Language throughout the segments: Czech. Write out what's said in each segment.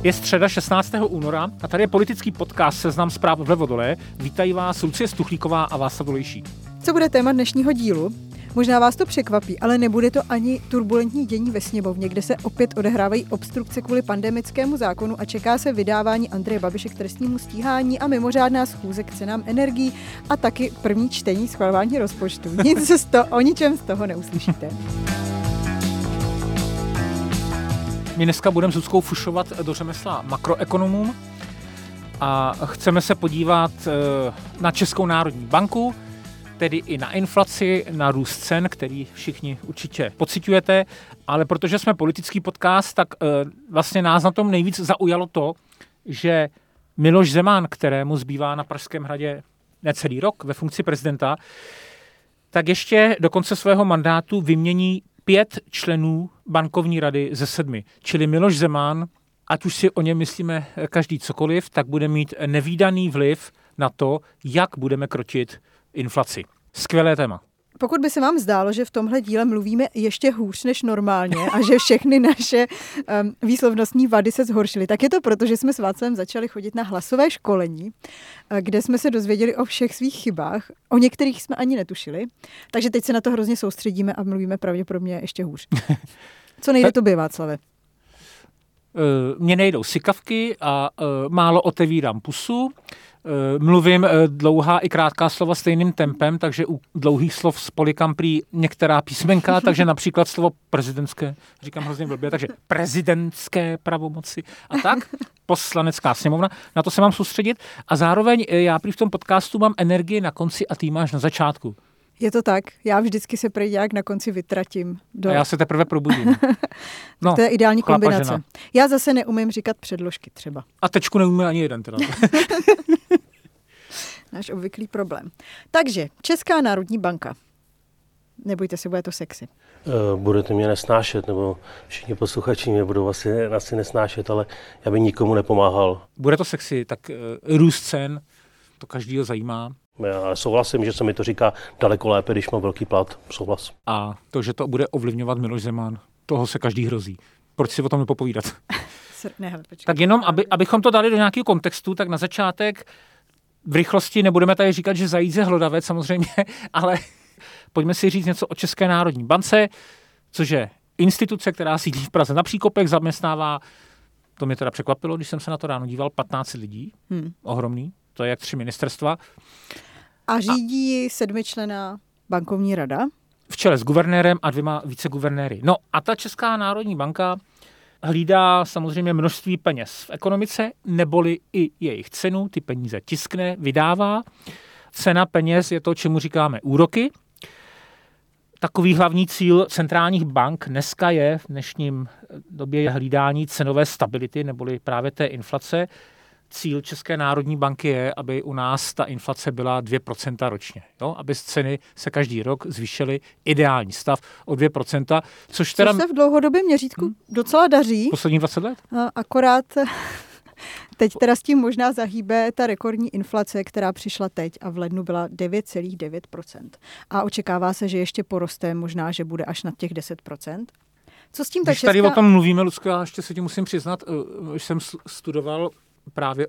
Je středa 16. února a tady je politický podcast Seznam zpráv vlevo dole. Vítají vás Lucie Stuchlíková a Václav Dolejší. Co bude téma dnešního dílu? Možná vás to překvapí, ale nebude to ani turbulentní dění ve sněmovně, kde se opět odehrávají obstrukce kvůli pandemickému zákonu a čeká se vydávání Andreje Babiše k trestnímu stíhání a mimořádná schůze k cenám energií a taky první čtení schvalování rozpočtu. O ničem z toho neuslyšíte. My dneska budeme s Luckou fušovat do řemesla makroekonomům a chceme se podívat na Českou národní banku, tedy i na inflaci, na růst cen, který všichni určitě pociťujete, ale protože jsme politický podcast, tak vlastně nás na tom nejvíc zaujalo to, že Miloš Zeman, kterému zbývá na Pražském hradě necelý rok ve funkci prezidenta, tak ještě do konce svého mandátu vymění 5 členů bankovní rady ze 7. Čili Miloš Zeman, ať už si o něm myslíme každý cokoliv, tak bude mít nevídaný vliv na to, jak budeme krotit inflaci. Skvělé téma. Pokud by se vám zdálo, že v tomhle díle mluvíme ještě hůř než normálně a že všechny naše výslovnostní vady se zhoršily, tak je to proto, že jsme s Václavem začali chodit na hlasové školení, kde jsme se dozvěděli o všech svých chybách, o některých jsme ani netušili, takže teď se na to hrozně soustředíme a mluvíme pravděpodobně ještě hůř. Co nejde tobě, Václave? Mně nejdou sykavky a málo otevírám pusu. Mluvím dlouhá i krátká slova stejným tempem, takže u dlouhých slov spolikám prý některá písmenka, takže například slovo prezidentské, říkám hrozně blbě, takže prezidentské pravomoci a tak, poslanecká sněmovna, na to se mám soustředit a zároveň já prý v tom podcastu mám energii na konci a ty máš na začátku. Je to tak, já vždycky se prý nějak na konci vytratím. A já se teprve probudím. No, to je ideální kombinace. Já zase neumím říkat předložky třeba. A tečku neumím ani jeden teda. Náš obvyklý problém. Takže Česká národní banka. Nebojte se, bude to sexy. Budete mě nesnášet, nebo všichni posluchači mě budou asi nesnášet, ale já bych nikomu nepomáhal. Bude to sexy, tak růst cen, to každýho zajímá. Já souhlasím, že se mi to říká daleko lépe, když mám velký plat. Souhlas. A to, že to bude ovlivňovat Miloš Zeman, toho se každý hrozí. Proč si o tom nepopovídat? Tak jenom, abychom to dali do nějakého kontextu, tak na začátek v rychlosti nebudeme tady říkat, že zajíc je hlodavec samozřejmě, ale pojďme si říct něco o České národní bance, což je instituce, která sídlí v Praze na Příkopech, zaměstnává, to mě teda překvapilo, když jsem se na to ráno díval, 15 lidí. Ohromný. To je jak 3 ministerstva. A řídí 7členná bankovní rada. V čele s guvernérem a 2 viceguvernéry. No a ta Česká národní banka hlídá samozřejmě množství peněz v ekonomice, neboli i jejich cenu, ty peníze tiskne, vydává. Cena peněz je to, čemu říkáme úroky. Takový hlavní cíl centrálních bank dneska je v dnešním době hlídání cenové stability, neboli právě té inflace. Cíl České národní banky je, aby u nás ta inflace byla 2% ročně. Jo? Aby ceny se každý rok zvýšily, ideální stav o 2%, což teda... Což se v dlouhodobém měřítku docela daří. Poslední 20 let? Akorát teď teda s tím možná zahýbe ta rekordní inflace, která přišla teď a v lednu byla 9,9%. A očekává se, že ještě poroste, možná, že bude až nad těch 10%. Co s tím ta Když tady o tom mluvíme, Lucko, já ještě se ti musím přiznat, že jsem studoval právě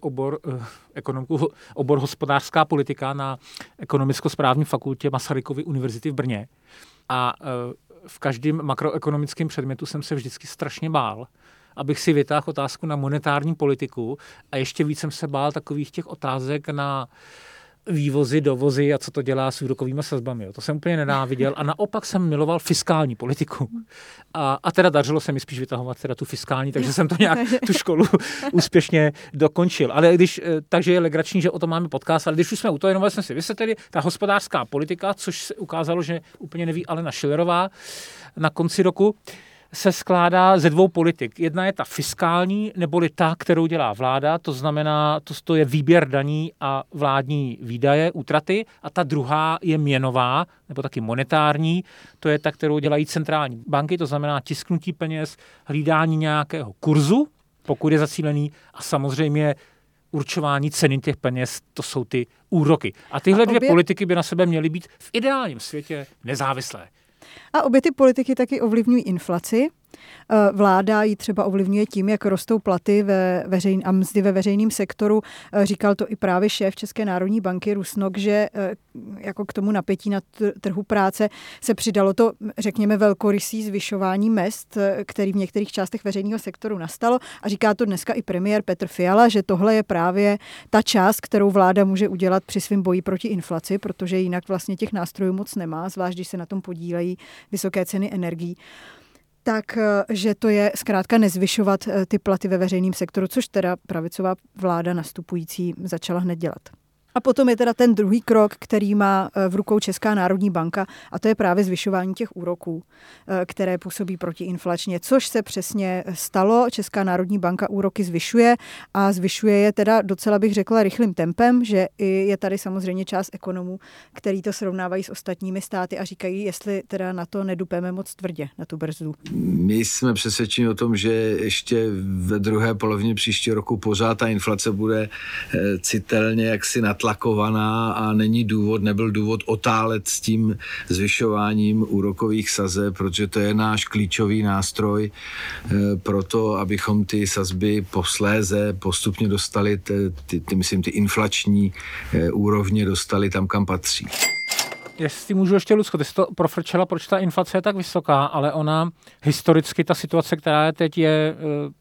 obor hospodářská politika na ekonomicko-správní fakultě Masarykovy univerzity v Brně. A v každém makroekonomickém předmětu jsem se vždycky strašně bál, abych si vytáhl otázku na monetární politiku a ještě víc jsem se bál takových těch otázek na vývozy, dovozy a co to dělá s úrokovými sazbami. Jo. To jsem úplně nenáviděl a naopak jsem miloval fiskální politiku. A teda dařilo se mi spíš vytahovat teda tu fiskální, takže jsem to nějak tu školu úspěšně dokončil. Ale takže je legrační, že o tom máme podcast, ale když už jsme u toho, jenom jsme si vysvětlili, ta hospodářská politika, což se ukázalo, že úplně neví Alena Schillerová na konci roku, se skládá ze 2 politik. Jedna je ta fiskální, neboli ta, kterou dělá vláda, to znamená, to je výběr daní a vládní výdaje, útraty, a ta druhá je měnová, nebo taky monetární, to je ta, kterou dělají centrální banky, to znamená tisknutí peněz, hlídání nějakého kurzu, pokud je zacílený, a samozřejmě určování ceny těch peněz, to jsou ty úroky. A tyhle 2 politiky by na sebe měly být v ideálním světě nezávislé. A obě ty politiky taky ovlivňují inflaci. Vláda ji třeba ovlivňuje tím, jak rostou platy a mzdy ve veřejném sektoru. Říkal to i právě šéf České národní banky Rusnok, že jako k tomu napětí na trhu práce se přidalo to, řekněme, velkorysý zvyšování mezd, který v některých částech veřejného sektoru nastalo. A říká to dneska i premiér Petr Fiala, že tohle je právě ta část, kterou vláda může udělat při svém boji proti inflaci, protože jinak vlastně těch nástrojů moc nemá, zvlášť když se na tom podílejí vysoké ceny energií. Takže to je zkrátka nezvyšovat ty platy ve veřejném sektoru, což teda pravicová vláda nastupující začala hned dělat. A potom je teda ten druhý krok, který má v rukou Česká národní banka, a to je právě zvyšování těch úroků, které působí protiinflačně, což se přesně stalo. Česká národní banka úroky zvyšuje a zvyšuje je teda docela, bych řekla, rychlým tempem, že je tady samozřejmě část ekonomů, který to srovnávají s ostatními státy a říkají, jestli teda na to nedupeme moc tvrdě, na tu brzdu. My jsme přesvědčeni o tom, že ještě ve druhé polovině příštího roku pořád ta inflace bude citelně jaksi natlakovaná a nebyl důvod otálet s tím zvyšováním úrokových sazeb, protože to je náš klíčový nástroj pro to, abychom ty sazby posléze postupně dostali, ty inflační úrovně dostali tam, kam patří. Jestli můžu ještě, Lucko, ty jsi to profrčela, proč ta inflace je tak vysoká, ale ona historicky, ta situace, která je teď, je,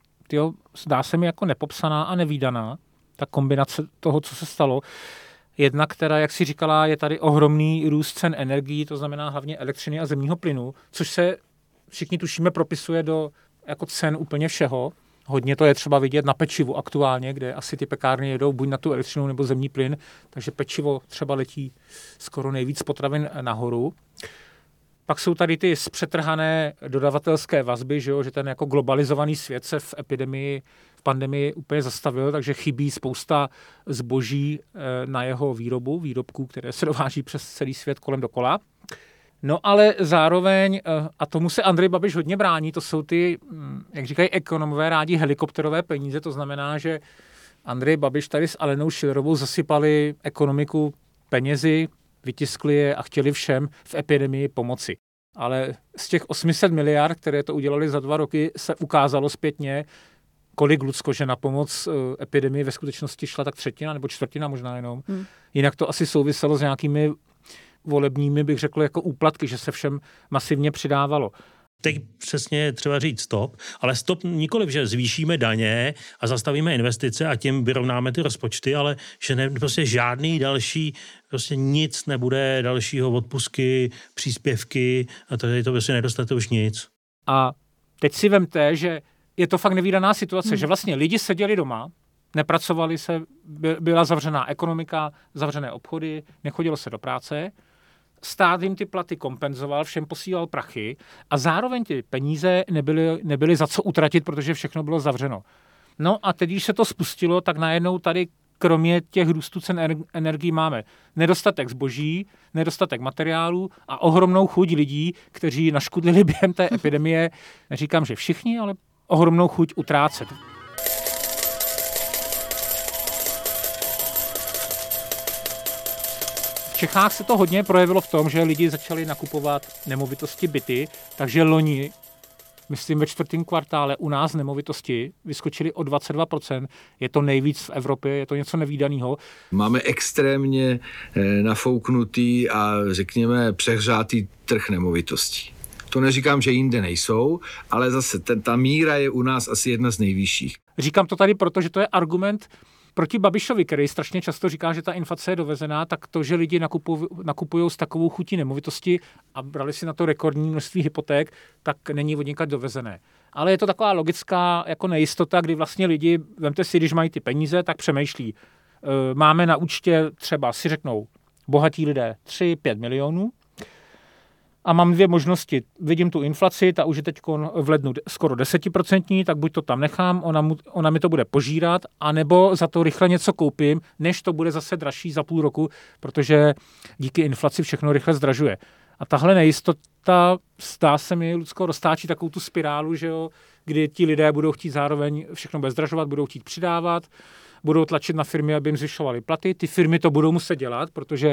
zdá se mi jako nepopsaná a nevídaná. Ta kombinace toho, co se stalo. Jedna, která, jak si říkala, je tady ohromný růst cen energií, to znamená hlavně elektřiny a zemního plynu, což se, všichni tušíme, propisuje do jako cen úplně všeho. Hodně to je třeba vidět na pečivu aktuálně, kde asi ty pekárny jedou buď na tu elektřinu nebo zemní plyn, takže pečivo třeba letí skoro nejvíc potravin nahoru. Pak jsou tady ty zpřetrhané dodavatelské vazby, že ten jako globalizovaný svět se v pandemii úplně zastavil, takže chybí spousta zboží na jeho výrobků, které se dováží přes celý svět kolem dokola. No ale zároveň, a tomu se Andrej Babiš hodně brání, to jsou ty, jak říkají ekonomové rádi, helikopterové peníze, to znamená, že Andrej Babiš tady s Alenou Schillerovou zasypali ekonomiku penězi, vytiskli je a chtěli všem v epidemii pomoci. Ale z těch 800 miliard, které to udělali za 2 roky, se ukázalo zpětně, kolik, Lucko, že na pomoc epidemii ve skutečnosti šla tak 1/3 nebo 1/4 možná jenom. Jinak to asi souviselo s nějakými volebními, bych řekl, jako úplatky, že se všem masivně přidávalo. Teď přesně je třeba říct stop, ale stop nikoliv, že zvýšíme daně a zastavíme investice a tím vyrovnáme ty rozpočty, ale že prostě žádný další, prostě nic nebude dalšího, odpustky, příspěvky a tady to prostě nedostate už nic. A teď si vemte, že je to fakt nevídaná situace, že vlastně lidi seděli doma, nepracovali se, byla zavřená ekonomika, zavřené obchody, nechodilo se do práce, stát jim ty platy kompenzoval, všem posílal prachy a zároveň ty peníze nebyly za co utratit, protože všechno bylo zavřeno. No a teď, když se to spustilo, tak najednou tady kromě těch růstů cen energií máme nedostatek zboží, nedostatek materiálů a ohromnou chuť lidí, kteří naškudlili během té epidemie, neříkám, že všichni, ale ohromnou chuť utrácet. V Čechách se to hodně projevilo v tom, že lidi začali nakupovat nemovitosti, byty, takže loni, myslím ve 4. kvartále, u nás nemovitosti vyskočily o 22%. Je to nejvíc v Evropě, je to něco nevídaného. Máme extrémně nafouknutý a řekněme přehřátý trh nemovitostí. To neříkám, že jinde nejsou, ale zase ta míra je u nás asi jedna z nejvyšších. Říkám to tady, protože to je argument proti Babišovi, který strašně často říká, že ta inflace je dovezená, tak to, že lidi nakupují s takovou chutí nemovitosti a brali si na to rekordní množství hypoték, tak není odnikud dovezené. Ale je to taková logická jako nejistota, kdy vlastně lidi, vemte si, když mají ty peníze, tak přemýšlí. Máme na účtě třeba, si řeknou, bohatí lidé 3-5 milionů, a mám 2 možnosti. Vidím tu inflaci, ta už je teď v lednu skoro 10%, tak buď to tam nechám, ona mi to bude požírat, anebo za to rychle něco koupím, než to bude zase dražší za půl roku, protože díky inflaci všechno rychle zdražuje. A tahle nejistota, zdá se mi, Lucko, roztáčí takovou tu spirálu, že jo, kdy ti lidé budou chtít zároveň všechno bude zdražovat, budou chtít přidávat, budou tlačit na firmy, aby jim zvyšovaly platy. Ty firmy to budou muset dělat, protože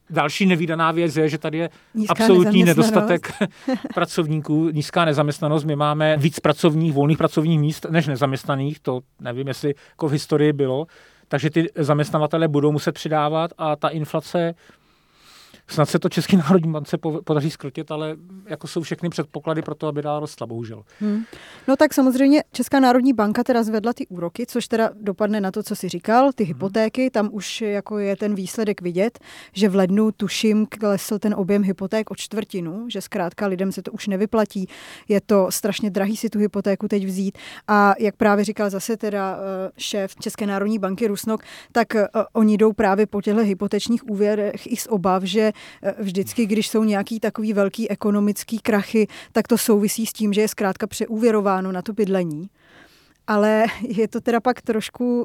Další nevídaná věc je, že tady je absolutní nedostatek pracovníků, nízká nezaměstnanost. My máme víc volných pracovních míst než nezaměstnaných, to nevím, jestli jako v historii bylo, takže ty zaměstnavatele budou muset přidávat a ta inflace, snad se to České národní bance podaří zkrotit, ale jako jsou všechny předpoklady pro to, aby dál rostla, bohužel. No tak samozřejmě Česká národní banka teda zvedla ty úroky, což teda dopadne na to, co jsi říkal, ty hypotéky, tam už jako je ten výsledek vidět, že v lednu tuším klesl ten objem hypoték o 1/4, že zkrátka lidem se to už nevyplatí, je to strašně drahý si tu hypotéku teď vzít a jak právě říkal zase teda šéf České národní banky Rusnok, tak oni jdou právě po těchto hypotečních úvěrech i z obav, že vždycky, když jsou nějaký takový velký ekonomický krachy, tak to souvisí s tím, že je zkrátka přeúvěrováno na to bydlení. Ale je to teda pak trošku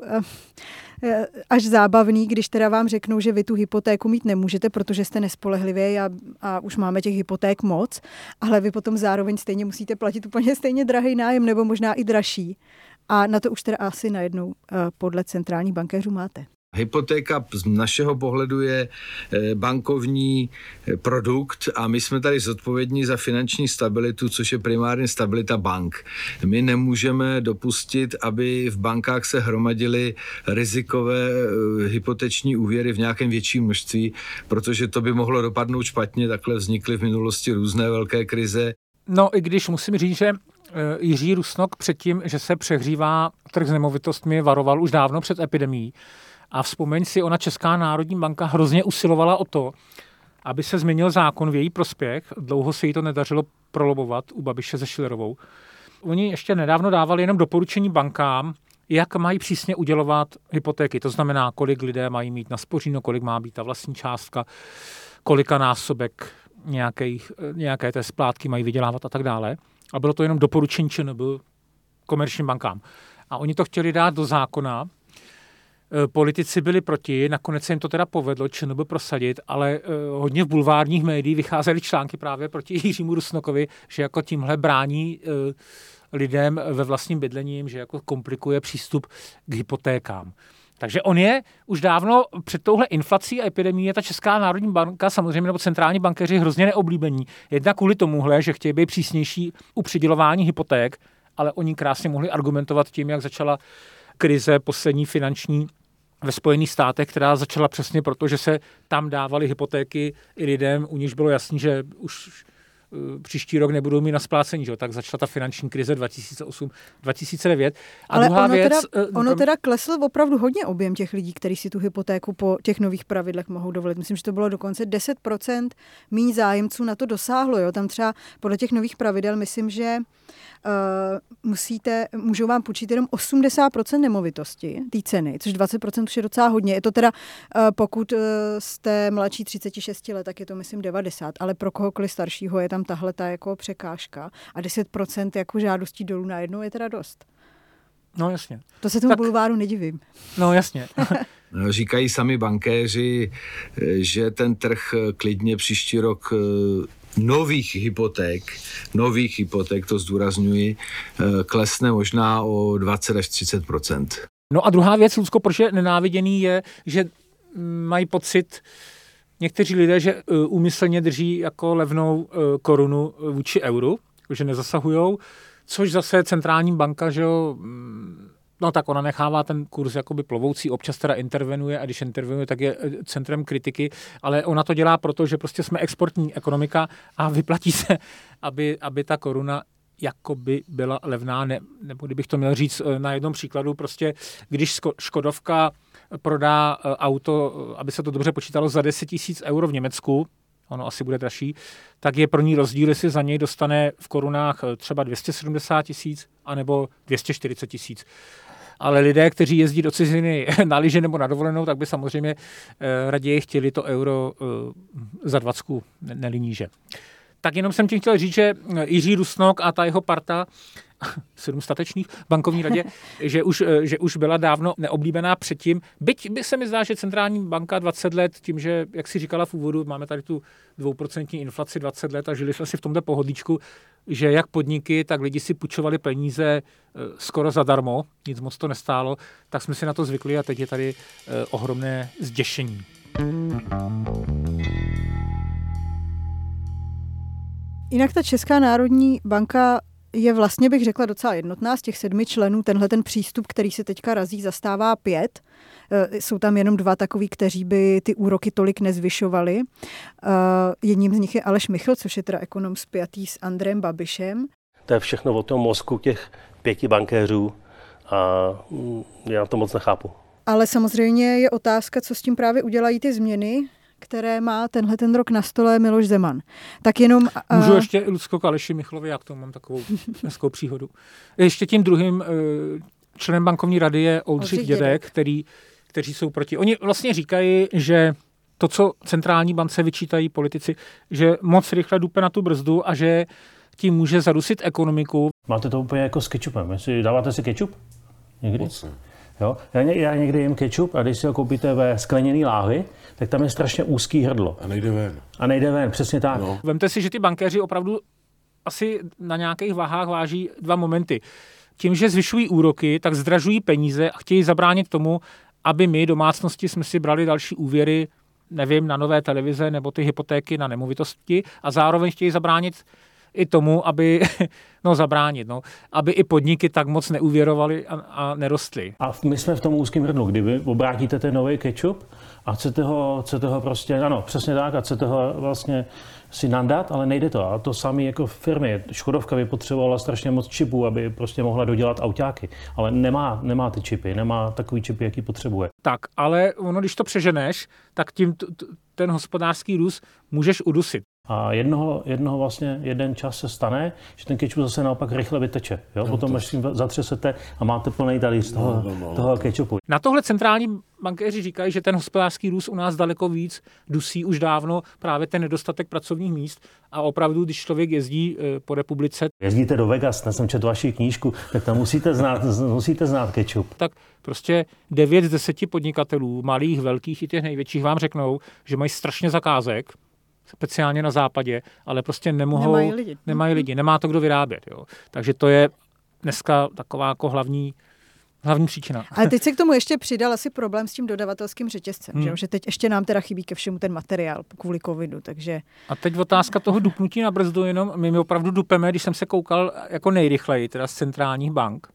až zábavný, když teda vám řeknou, že vy tu hypotéku mít nemůžete, protože jste nespolehliví a už máme těch hypoték moc, ale vy potom zároveň stejně musíte platit úplně stejně drahý nájem nebo možná i dražší. A na to už teda asi najednou podle centrálních bankéřů máte. Hypotéka z našeho pohledu je bankovní produkt a my jsme tady zodpovědní za finanční stabilitu, což je primárně stabilita bank. My nemůžeme dopustit, aby v bankách se hromadily rizikové hypoteční úvěry v nějakém větším množství, protože to by mohlo dopadnout špatně, takhle vznikly v minulosti různé velké krize. No i když musím říct, že Jiří Rusnok předtím, že se přehřívá trh s nemovitostmi, varoval už dávno před epidemií. A vzpomeň si, ona Česká národní banka hrozně usilovala o to, aby se změnil zákon v její prospěch. Dlouho se jí to nedařilo prolobovat u Babiše se Schillerovou. Oni ještě nedávno dávali jenom doporučení bankám, jak mají přísně udělovat hypotéky. To znamená, kolik lidé mají mít na spoříno, kolik má být ta vlastní částka, kolika násobek nějaké té splátky mají vydělávat a tak dále. A bylo to jenom doporučení ČNB komerčním bankám. A oni to chtěli dát do zákona. Politici byli proti, nakonec se jim to teda povedlo ČNB prosadit, ale hodně v bulvárních médiích vycházely články právě proti Jiřímu Rusnokovi, že jako tímhle brání lidem ve vlastním bydlení, že jako komplikuje přístup k hypotékám. Takže on je už dávno před touhle inflací a epidemií je ta Česká národní banka, samozřejmě nebo centrální bankéři hrozně neoblíbení. Jedna kvůli tomuhle, že chtějí být přísnější u přidělování hypoték, ale oni krásně mohli argumentovat tím, jak začala krize poslední finanční ve Spojených státech, která začala přesně proto, že se tam dávaly hypotéky i lidem, u nichž bylo jasný, že už příští rok nebudou mít na splácení, že? Tak začala ta finanční krize 2008-2009. Ale druhá věc, ono teda klesl opravdu hodně objem těch lidí, kteří si tu hypotéku po těch nových pravidlech mohou dovolit. Myslím, že to bylo dokonce 10% míň zájemců na to dosáhlo. Jo? Tam třeba podle těch nových pravidel, myslím, že můžou vám půjčit jenom 80% nemovitosti, té ceny, což 20% už je docela hodně. Je to teda, pokud jste mladší 36 let, tak je to myslím 90, ale pro kohokoliv staršího je tam tahle ta jako překážka a 10% jako žádostí dolů najednou je teda dost. No jasně. To se tomu bulváru nedivím. No jasně. Říkají sami bankéři, že ten trh klidně příští rok nových hypoték, to zdůrazňuji, klesne možná o 20 až 30%. No a druhá věc, Lucko, proč je nenáviděný, je, že mají pocit někteří lidé, že úmyslně drží jako levnou korunu vůči euru, že nezasahujou, což zase centrální banka, že jo, no tak ona nechává ten kurz jakoby plovoucí, občas teda intervenuje a když intervenuje, tak je centrem kritiky, ale ona to dělá proto, že prostě jsme exportní ekonomika a vyplatí se, aby ta koruna jakoby byla levná, nebo kdybych to měl říct na jednom příkladu, prostě když Škodovka prodá auto, aby se to dobře počítalo, za 10 000 euro v Německu, ono asi bude dražší, tak je pro ní rozdíl, jestli za něj dostane v korunách třeba 270 000 anebo 240 000. Ale lidé, kteří jezdí do ciziny na lyže nebo na dovolenou, tak by samozřejmě raději chtěli to euro za 20 níže. Tak jenom jsem ti chtěl říct, že Jiří Rusnok a ta jeho parta 7 statečných bankovní radě, že už byla dávno neoblíbená předtím. Byť by se mi zdá, že centrální banka 20 let, tím, že, jak si říkala v úvodu, máme tady tu 2% inflaci 20 let a žili jsme si v tomto pohodlíčku, že jak podniky, tak lidi si půjčovali peníze skoro zadarmo, nic moc to nestálo, tak jsme si na to zvykli a teď je tady ohromné zděšení. Jinak ta Česká národní banka je vlastně, bych řekla, docela jednotná z těch 7 členů. Tenhle ten přístup, který se teďka razí, zastává 5. Jsou tam jenom 2 takový, kteří by ty úroky tolik nezvyšovali. Jedním z nich je Aleš Michl, což je teda ekonom spjatý s Andrejem Babišem. To je všechno o tom mozku těch 5 bankéřů a já to moc nechápu. Ale samozřejmě je otázka, co s tím právě udělají ty změny, které má tenhle ten rok na stole Miloš Zeman. Tak jenom... Můžu ještě, Lucko, k Aleši Michlovi, já k tomu mám takovou hezkou příhodu. Ještě tím druhým členem bankovní rady je Oldřich Dědek, kteří jsou proti. Oni vlastně říkají, že to, co centrální bance vyčítají politici, že moc rychle dupe na tu brzdu a že tím může zadusit ekonomiku. Máte to úplně jako s kečupem. Dáváte si kečup? Někdy? Moc ne. Jo? Já někdy jim kečup a když si ho koupíte ve skleněný láhvi, tak tam je strašně úzký hrdlo. A nejde ven. Přesně tak. No. Vemte si, že ty bankéři opravdu asi na nějakých váhách váží 2 momenty. Tím, že zvyšují úroky, tak zdražují peníze a chtějí zabránit tomu, aby my, domácnosti, jsme si brali další úvěry, nevím, na nové televize nebo ty hypotéky na nemovitosti a zároveň chtějí zabránit i tomu, aby aby i podniky tak moc neuvěrovaly a nerostly. A my jsme v tom úzkém hrdlu, kdyby obrátíte ten nový kečup a chcete ho prostě, ano, přesně tak, a chcete ho vlastně si nandat, ale nejde to. A to samé jako v firmě. Škodovka by potřebovala strašně moc čipů, aby prostě mohla dodělat autáky. Ale nemá ty čipy, nemá takový čipy, jaký potřebuje. Tak, ale ono, když to přeženeš, tak tím ten hospodářský růst můžeš udusit. A jeden čas se stane, že ten kečup zase naopak rychle vyteče. Jo? Potom až tím zatřesete a máte plný talíř toho kečupu. Na tohle centrální bankéři říkají, že ten hospodářský růst u nás daleko víc dusí už dávno právě ten nedostatek pracovních míst a opravdu, když člověk jezdí po republice. Jezdíte do Vegas, já jsem četl vaši knížku, tak tam musíte znát kečup. Tak prostě 9 z 10 podnikatelů, malých, velkých i těch největších, vám řeknou, že mají strašně zakázek, speciálně na západě, ale prostě nemají lidi, nemá to kdo vyrábět. Jo. Takže to je dneska taková jako hlavní příčina. Ale teď se k tomu ještě přidal asi problém s tím dodavatelským řetězcem, že teď ještě nám teda chybí ke všemu ten materiál kvůli covidu, takže... A teď otázka toho dupnutí na brzdu, jenom my opravdu dupeme, když jsem se koukal jako nejrychleji, teda z centrálních bank,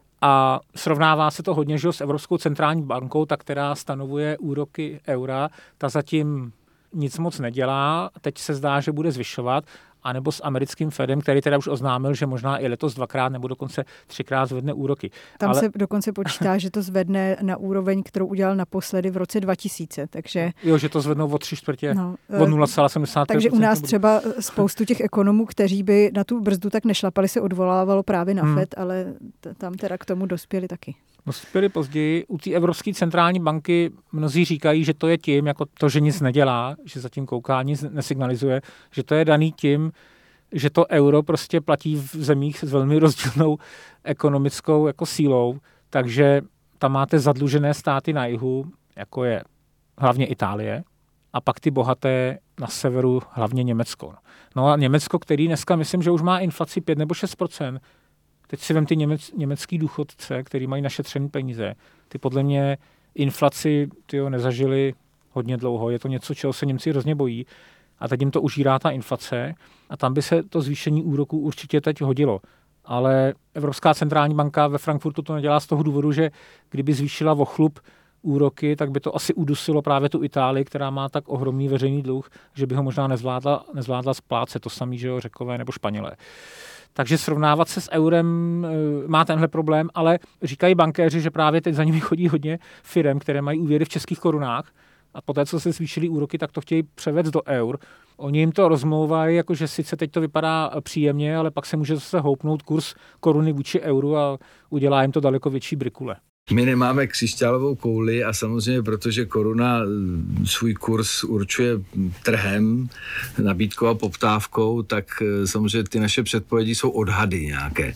a srovnává se to hodně, že s Evropskou centrální bankou, ta, která stanovuje úroky eura, ta zatím nic moc nedělá, teď se zdá, že bude zvyšovat, anebo s americkým Fedem, který teda už oznámil, že možná i letos 2krát nebo dokonce 3krát zvedne úroky. Tam se dokonce počítá, že to zvedne na úroveň, kterou udělal naposledy v roce 2000, takže... Jo, že to zvednou o 3/4, o 0,75. Takže u nás třeba spoustu těch ekonomů, kteří by na tu brzdu tak nešlapali, se odvolávalo právě na Fed, ale tam teda k tomu dospěli taky. Dospěli později. U té Evropské centrální banky mnozí říkají, že to je tím, jako to, že nic nedělá, že zatím kouká, nic nesignalizuje, že to je daný tím, že to euro prostě platí v zemích s velmi rozdílnou ekonomickou jako sílou, takže tam máte zadlužené státy na jihu, jako je hlavně Itálie, a pak ty bohaté na severu, hlavně Německo. No a Německo, který dneska myslím, že už má inflaci 5 nebo 6%, teď si vem ty německý důchodce, který mají našetřené peníze. Ty podle mě inflaci nezažili hodně dlouho. Je to něco, čeho se Němci hrozně bojí. A teď jim to užírá ta inflace. A tam by se to zvýšení úroků určitě teď hodilo. Ale Evropská centrální banka ve Frankfurtu to nedělá z toho důvodu, že kdyby zvýšila o chlup úroky, tak by to asi udusilo právě tu Itálii, která má tak ohromný veřejný dluh, že by ho možná nezvládla splácet. To samý, že jo, Řekové nebo Španělé. Takže srovnávat se s eurem má tenhle problém, ale říkají bankéři, že právě teď za nimi chodí hodně firem, které mají úvěry v českých korunách a poté, co se zvýšily úroky, tak to chtějí převést do eur. Oni jim to rozmlouvají, jakože sice teď to vypadá příjemně, ale pak se může zase houpnout kurz koruny vůči euru a udělá jim to daleko větší brikule. My nemáme křišťálovou kouli a samozřejmě, protože koruna svůj kurz určuje trhem, nabídkou a poptávkou, tak samozřejmě ty naše předpovědi jsou odhady nějaké.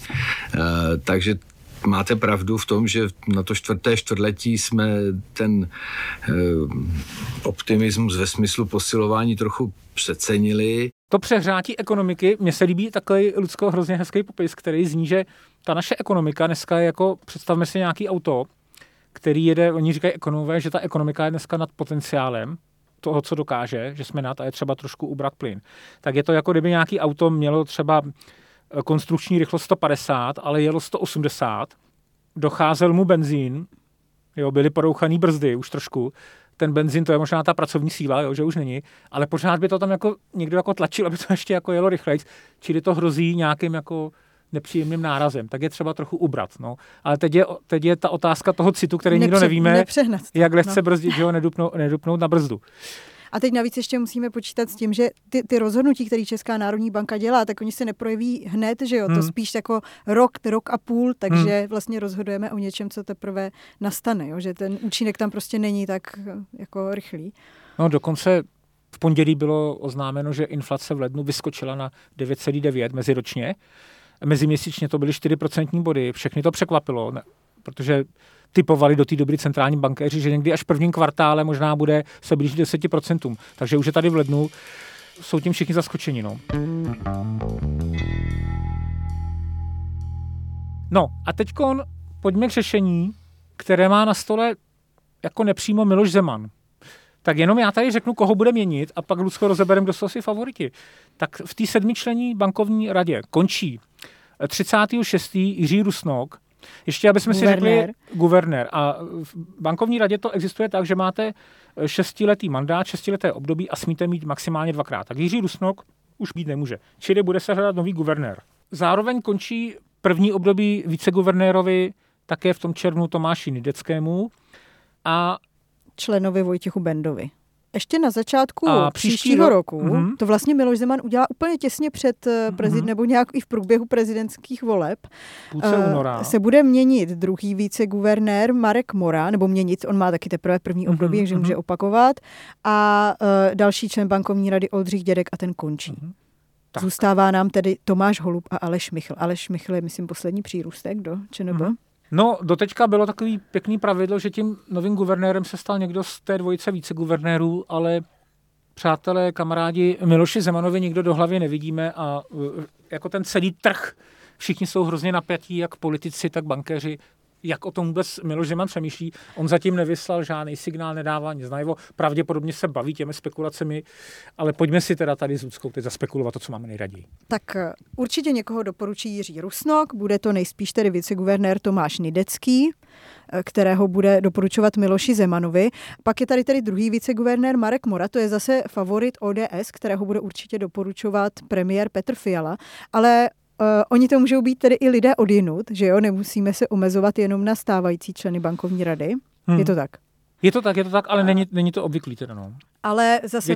Takže máte pravdu v tom, že na to 4. čtvrtletí jsme ten optimismus ve smyslu posilování trochu přecenili. To přehrátí ekonomiky, mně se líbí takový Lucko hrozně hezký popis, který zní, že ta naše ekonomika dneska je jako, představme si nějaký auto, který jede, oni říkají ekonomové, že ta ekonomika je dneska nad potenciálem, toho, co dokáže, že jsme nad a je třeba trošku ubrat plyn. Tak je to jako kdyby nějaký auto mělo třeba konstrukční rychlost 150, ale jelo 180, docházel mu benzín, jo, byly porouchaný brzdy už trošku, ten benzín, to je možná ta pracovní síla, jo, že už není, ale pořád by to tam jako někdo jako tlačil, aby to ještě jako jelo rychlejc, čili to hrozí nějakým jako nepříjemným nárazem, tak je třeba trochu ubrat. No. Ale teď je ta otázka toho citu, který nikdo nevíme, jak lehce brzdit, že ho nedupnout na brzdu. A teď navíc ještě musíme počítat s tím, že ty rozhodnutí, které Česká národní banka dělá, tak oni se neprojeví hned, že jo, to spíš jako rok a půl, takže vlastně rozhodujeme o něčem, co teprve nastane, jo? Že ten účinek tam prostě není tak jako rychlý. No dokonce v pondělí bylo oznámeno, že inflace v lednu vyskočila na 9,9 meziročně. Meziměsíčně to byly 4% body. Všechny to překvapilo, protože typovali do té doby centrální bankéři, že někdy až v prvním kvartále možná bude se blížit 10%. Takže už je tady v lednu, jsou tím všichni zaskočeni. No a teďkon pojďme k řešení, které má na stole jako nepřímo Miloš Zeman. Tak jenom já tady řeknu, koho bude měnit a pak, Lucko, rozebereme, kdo jsou asi favoriti. Tak v té 7členné bankovní radě končí 36. Jiří Rusnok, ještě abychom si řekli guvernér. A v bankovní radě to existuje tak, že máte 6letý mandát, 6leté období a smíte mít maximálně 2krát. Tak Jiří Rusnok už být nemůže. Čili bude se hledat nový guvernér. Zároveň končí první období viceguvernérovi také v tom červnu Tomáši Nydeckému a členovi Vojtěchu Bendovi. Ještě na začátku příštího roku to vlastně Miloš Zeman udělá úplně těsně před nebo nějak i v průběhu prezidentských voleb. Půlce února. Se bude měnit druhý viceguvernér Marek Mora, nebo měnit, on má taky teprve první období, takže může opakovat. A další člen bankovní rady Oldřich Dědek a ten končí. Tak. Zůstává nám tedy Tomáš Holub a Aleš Michl. Aleš Michl je, myslím, poslední přírůstek do ČNB. No, doteďka bylo takový pěkný pravidlo, že tím novým guvernérem se stal někdo z té dvojice viceguvernérů, ale přátelé, kamarádi, Miloši Zemanovi nikdo do hlavy nevidíme a jako ten celý trh, všichni jsou hrozně napjatí, jak politici, tak bankéři, jak o tom vůbec Miloš Zeman přemýšlí. On zatím nevyslal žádný signál, nedává nic najevo. Pravděpodobně se baví těmi spekulacemi, ale pojďme si teda tady s Luckou teď zaspekulovat to, co máme nejraději. Tak určitě někoho doporučí Jiří Rusnok, bude to nejspíš tedy viceguvernér Tomáš Nydecký, kterého bude doporučovat Miloši Zemanovi. Pak je tady druhý viceguvernér Marek Mora, to je zase favorit ODS, kterého bude určitě doporučovat premiér Petr Fiala, ale oni to můžou být tedy i lidé odjinud, že jo, nemusíme se omezovat jenom na stávající členy bankovní rady. Je to tak? Je to tak, ale není to obvyklý teda, no. Ale zase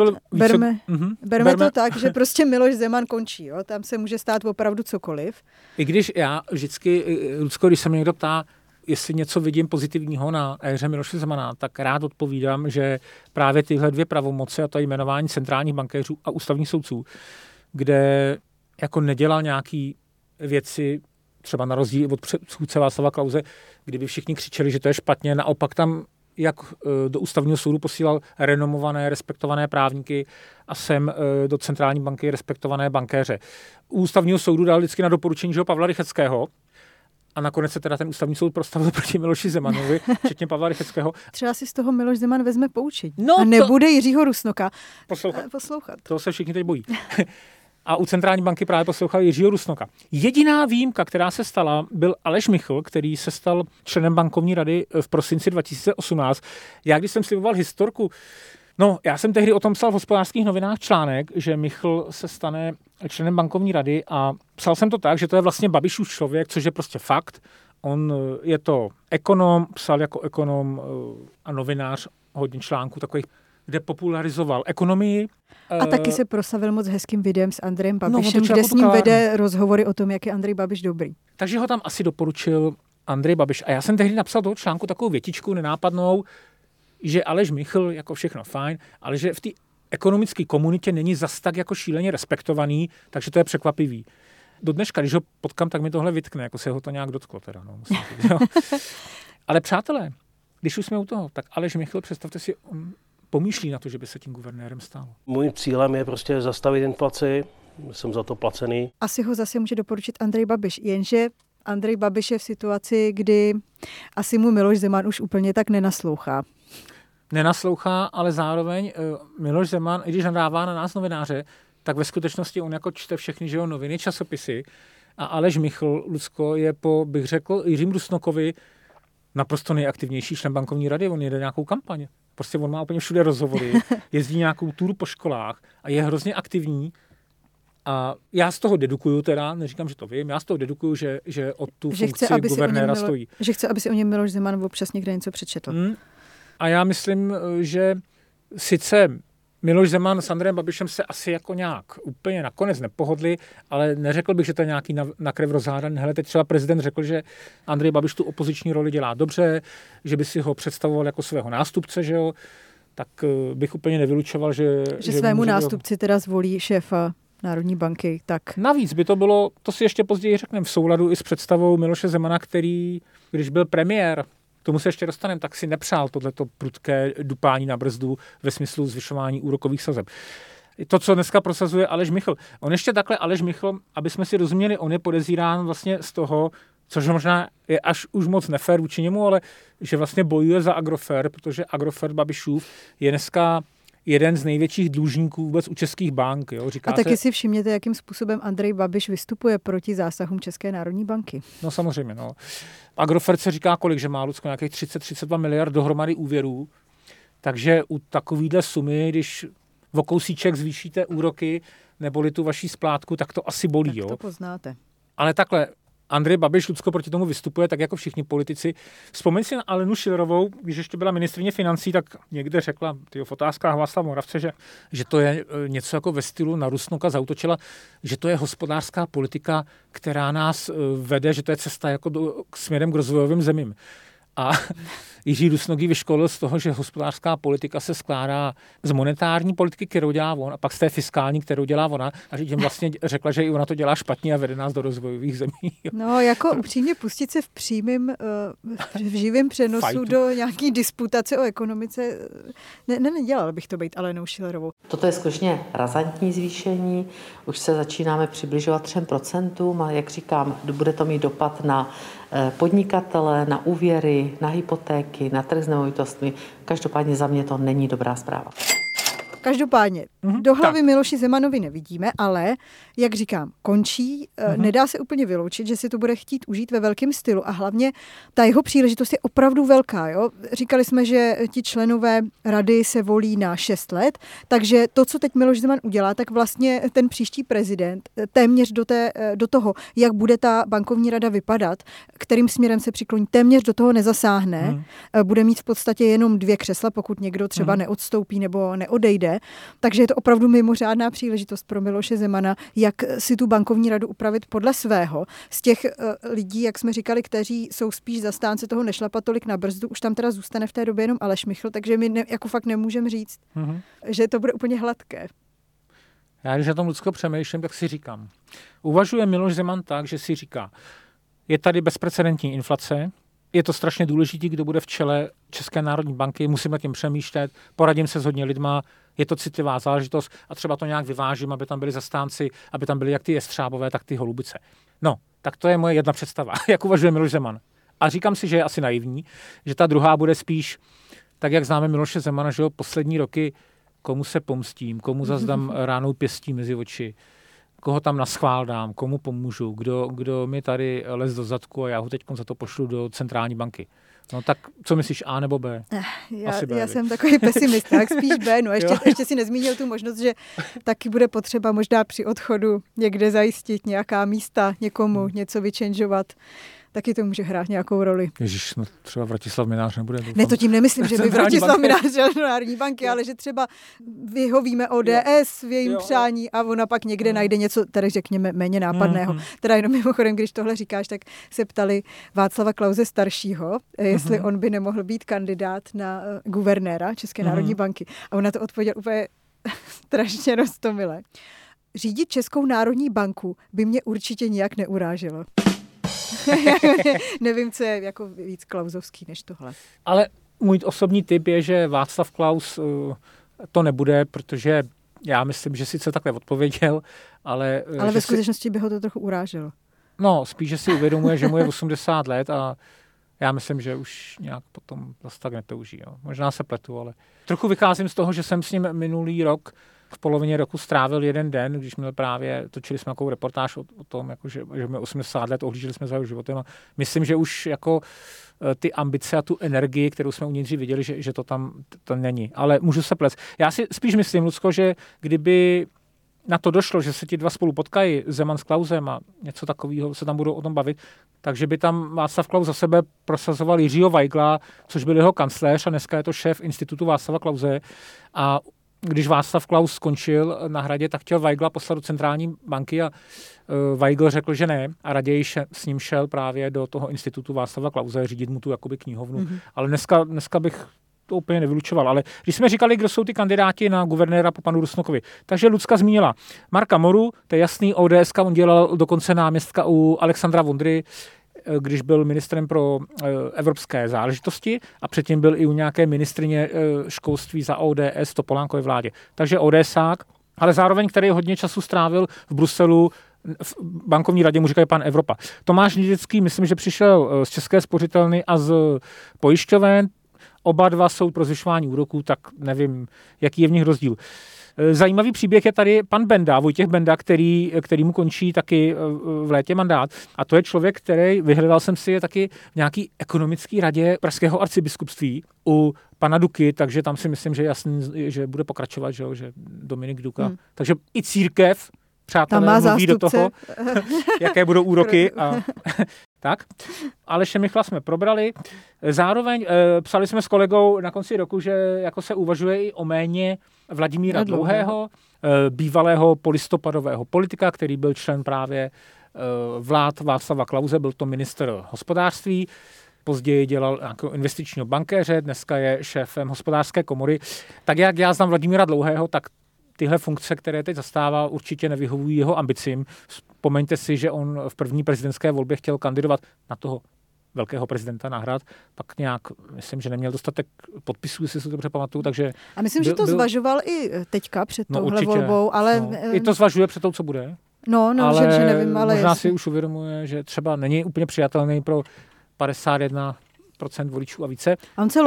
berme to tak, že prostě Miloš Zeman končí, jo, tam se může stát opravdu cokoliv. I když já vždycky, Lucko, když se mě někdo ptá, jestli něco vidím pozitivního na éře Miloše Zemana, tak rád odpovídám, že právě tyhle dvě pravomoci, a to jmenování centrálních bankéřů a ústavních soudců, kde jako nedělal nějaký věci, třeba na rozdíl od předchůdce Václava Klause, kdyby všichni křičeli, že to je špatně, naopak tam jak do ústavního soudu posílal renomované, respektované právníky a sem do centrální banky respektované bankéře. U ústavního soudu dal vždycky na doporučení Pavla Rychetského a nakonec se teda ten ústavní soud prostavil proti Miloši Zemanovi, včetně Pavla Rychetského. Třeba si z toho Miloš Zeman vezme poučení a nebude Jiřího Rusnoka poslouchat. To se všichni teď bojí. A u centrální banky právě poslouchal Jiřího Rusnoka. Jediná výjimka, která se stala, byl Aleš Michl, který se stal členem bankovní rady v prosinci 2018. Já když jsem sliboval historku, já jsem tehdy o tom psal v Hospodářských novinách článek, že Michl se stane členem bankovní rady a psal jsem to tak, že to je vlastně Babišův člověk, což je prostě fakt. On je to ekonom, psal jako ekonom a novinář hodně článků takových, kde popularizoval ekonomii. A taky se proslavil moc hezkým videem s Andrejem Babišem, kde s ním vede rozhovory o tom, jak je Andrej Babiš dobrý. Takže ho tam asi doporučil Andrej Babiš. A já jsem tehdy napsal do článku takovou větičku nenápadnou, že Aleš Michl, jako všechno fajn, ale že v té ekonomické komunitě není zas tak jako šíleně respektovaný, takže to je překvapivý. Do dneška, když ho potkám, tak mi tohle vytkne, jako se ho to nějak dotklo teda, musím říct, jo. Ale přátelé, když už jsme u toho, tak Aleš Michl, představte si, pomýšlí na to, že by se tím guvernérem stal. Můj cílem je prostě zastavit inflaci, jsem za to placený. Asi ho zase může doporučit Andrej Babiš, jenže Andrej Babiš je v situaci, kdy asi mu Miloš Zeman už úplně tak nenaslouchá. nenaslouchá, ale zároveň Miloš Zeman, i když nadává na nás novináře, tak ve skutečnosti on jako čte všechny, že jo, noviny, časopisy. A Aleš Michl, Lucko, je po, bych řekl, Jiřím Rusnokovi naprosto nejaktivnější člen bankovní rady. On jede nějakou kampaň. Prostě on má úplně všude rozhovory, jezdí nějakou túru po školách a je hrozně aktivní. A já z toho dedukuju teda, neříkám, že to vím, já z toho dedukuju, že od tu funkci guvernéra stojí. Že chce, aby si o něm Miloš Zeman občas někde něco přečetl. A já myslím, že sice Miloš Zeman s Andrejem Babišem se asi jako nějak úplně nakonec nepohodli, ale neřekl bych, že to je nějaký na krev rozhádaný. Hele, teď třeba prezident řekl, že Andrej Babiš tu opoziční roli dělá dobře, že by si ho představoval jako svého nástupce, že jo, tak bych úplně nevylučoval, že svému nástupci teda zvolí šéfa Národní banky, tak... Navíc by to bylo, to si ještě později řekneme, v souladu i s představou Miloše Zemana, který, když byl premiér, k tomu se ještě dostaneme, tak si nepřál tohleto prudké dupání na brzdu ve smyslu zvyšování úrokových sazeb. To, co dneska prosazuje Aleš Michl. On ještě takhle, Aleš Michl, aby jsme si rozuměli, on je podezírán vlastně z toho, což možná je až už moc nefér vůči němu, ale že vlastně bojuje za Agrofert, protože Agrofert Babišův je dneska jeden z největších dlužníků vůbec u českých bank. Jo. A taky si všimněte, jakým způsobem Andrej Babiš vystupuje proti zásahům České národní banky. No samozřejmě. No. Agrofert se říká kolik, že má Lucko nějakých 30-32 miliard dohromady úvěrů, takže u takovýhle sumy, když o kousíček zvýšíte úroky neboli tu vaší splátku, tak to asi bolí. Tak jo. To poznáte. Ale takhle, Andrej Babiš, Lucko, proti tomu vystupuje, tak jako všichni politici. Vzpomeň si na Alenu Schillerovou, když ještě byla ministryně financí, tak někde řekla v Otázkách Václav Moravce, že to je něco jako ve stylu na Rusnoka zaútočila, že to je hospodářská politika, která nás vede, že to je cesta jako směrem k rozvojovým zemím. A Jiří Rusnok ji vyškolil z toho, že hospodářská politika se skládá z monetární politiky, kterou dělá on, a pak z té fiskální, kterou dělá ona. A že jim vlastně řekla, že i ona to dělá špatně a vede nás do rozvojových zemí. No, jako upřímně pustit se v přímém, v živém přenosu Fightu. Do nějaký disputace o ekonomice, nedělal bych to být Alenou Schillerovou. Toto je skutečně razantní zvýšení, už se začínáme přibližovat 3%, a jak říkám, bude to mít dopad na podnikatele, na úvěry, na hypotéky, na trh s nemovitostmi. Každopádně za mě to není dobrá zpráva. Každopádně do hlavy Miloši Zemanovi nevidíme, ale, jak říkám, končí, nedá se úplně vyloučit, že si to bude chtít užít ve velkém stylu a hlavně ta jeho příležitost je opravdu velká. Jo? Říkali jsme, že ti členové rady se volí na 6 let, takže to, co teď Miloš Zeman udělá, tak vlastně ten příští prezident téměř do toho, jak bude ta bankovní rada vypadat, kterým směrem se přikloní, téměř do toho nezasáhne. Bude mít v podstatě jenom 2 křesla, pokud někdo třeba neodstoupí nebo neodejde. Takže je to opravdu mimořádná příležitost pro Miloše Zemana, jak si tu bankovní radu upravit podle svého. Z těch lidí, jak jsme říkali, kteří jsou spíš zastánce toho nešlapat tolik na brzdu, už tam teda zůstane v té době jenom Aleš Michl, takže my jako fakt nemůžeme říct, že to bude úplně hladké. Já když na tom Lucko přemýšlím, tak si říkám. Uvažuje Miloš Zeman tak, že si říká, je tady bezprecedentní inflace, je to strašně důležitý, kdo bude v čele České národní banky, musím nad tím přemýšlet, poradím se s hodně lidma, je to citlivá záležitost a třeba to nějak vyvážím, aby tam byli zastánci, aby tam byli jak ty jestřábové, tak ty holubice. No, tak to je moje jedna představa, jak uvažuje Miloš Zeman. A říkám si, že je asi naivní, že ta druhá bude spíš, tak jak známe Miloše Zemana, že jo, poslední roky, komu se pomstím, komu zazdám ránou pěstí mezi oči, koho tam naschvál dám, komu pomůžu, kdo mi tady lez do zadku a já ho teď za to pošlu do centrální banky. No tak co myslíš, A nebo B? Já jsem takový pesimista, tak spíš B. No ještě si nezmínil tu možnost, že taky bude potřeba možná při odchodu někde zajistit nějaká místa, někomu něco vyčenžovat. Taky to může hrát nějakou roli. Ježíš, no třeba Vratislav Mynář nebude. Doufám. Ne, to tím nemyslím, že by Vratislav Mynář šel do Národní banky, ale že třeba vyhovíme ODS v jejím přání a ona pak někde najde něco, tady řekněme méně nápadného. Teda jenom mimochodem, když tohle říkáš, tak se ptali Václava Klause staršího, jestli on by nemohl být kandidát na guvernéra České národní banky. A ona to odpověděla úplně strašně roztomile. Řídit Českou národní banku by mě určitě nijak neuráželo. Nevím, co je jako víc klausovský než tohle. Ale můj osobní tip je, že Václav Klaus to nebude, protože já myslím, že sice takhle odpověděl, ale ve skutečnosti by ho to trochu uráželo. No, spíš, že si uvědomuje, že mu je 80 let a Já myslím, že už nějak potom zase tak netouží. Jo. Možná se pletu, ale trochu vycházím z toho, že jsem s ním minulý rok v polovině roku strávil jeden den, když měl právě, točili jsme takovou reportáž o tom, jako že jsme 80 let, ohlíželi jsme za jeho životem a myslím, že už jako ty ambice a tu energii, kterou jsme uvnitř viděli, že to tam to není. Ale můžu se plést. Já si spíš myslím, Lucko, že kdyby na to došlo, že se ti dva spolu potkají, Zeman s Klausem a něco takového se tam budou o tom bavit, takže by tam Václav Klaus za sebe prosazoval Jiřího Weigla, což byl jeho kancléř a dneska je to šéf institutu Václava Klause. A když Václav Klaus skončil na Hradě, tak chtěl Weigla poslat do centrální banky a Weigl řekl, že ne a raději s ním šel právě do toho institutu Václava Klause, řídit mu tu jakoby knihovnu. Mm-hmm. Ale dneska bych to úplně nevylučoval. Ale když jsme říkali, kdo jsou ty kandidáti na guvernéra po panu Rusnokovi, takže Lucka zmínila Marka Moru, to je jasný, ODSka, on dělal dokonce náměstka u Alexandra Vondry, když byl ministrem pro evropské záležitosti a předtím byl i u nějaké ministryně školství za ODS v Topolánkově vládě. Takže ODSák, ale zároveň, který hodně času strávil v Bruselu, v bankovní radě mu říkají pan Evropa. Tomáš Nidický, myslím, že přišel z České spořitelny a z pojišťoven. Oba dva jsou pro zvyšování úroků, tak nevím, jaký je v nich rozdíl. Zajímavý příběh je tady pan Benda, Vojtěch Benda, který mu končí taky v létě mandát. A to je člověk, který, vyhledal jsem si je taky v nějaký ekonomický radě pražského arcibiskupství u pana Duky, takže tam si myslím, že jasný, že bude pokračovat, že Dominik Duka. Takže i církev, přátelé, mluví do toho, jaké budou úroky. A tak. Aleše Michla jsme probrali. Zároveň psali jsme s kolegou na konci roku, že jako se uvažuje i o jméně Vladimíra Dlouhého, bývalého polistopadového politika, který byl člen právě vlád Václava Klause, byl to ministr hospodářství, později dělal nějakého investičního bankéře, dneska je šéfem hospodářské komory. Tak jak já znám Vladimíra Dlouhého, tak tyhle funkce, které teď zastává, určitě nevyhovují jeho ambicím. Vzpomeňte si, že on v první prezidentské volbě chtěl kandidovat na toho velkého prezidenta na Hrad, pak nějak, myslím, že neměl dostatek podpisů, jestli si to dobře pamatuju, takže... A myslím, že to zvažoval i teďka před touhle volbou, ale... No, i to zvažuje před tou, co bude. No, ale že nevím, ale... Možná si už uvědomuje, že třeba není úplně přijatelný pro 51% voličů a více. A on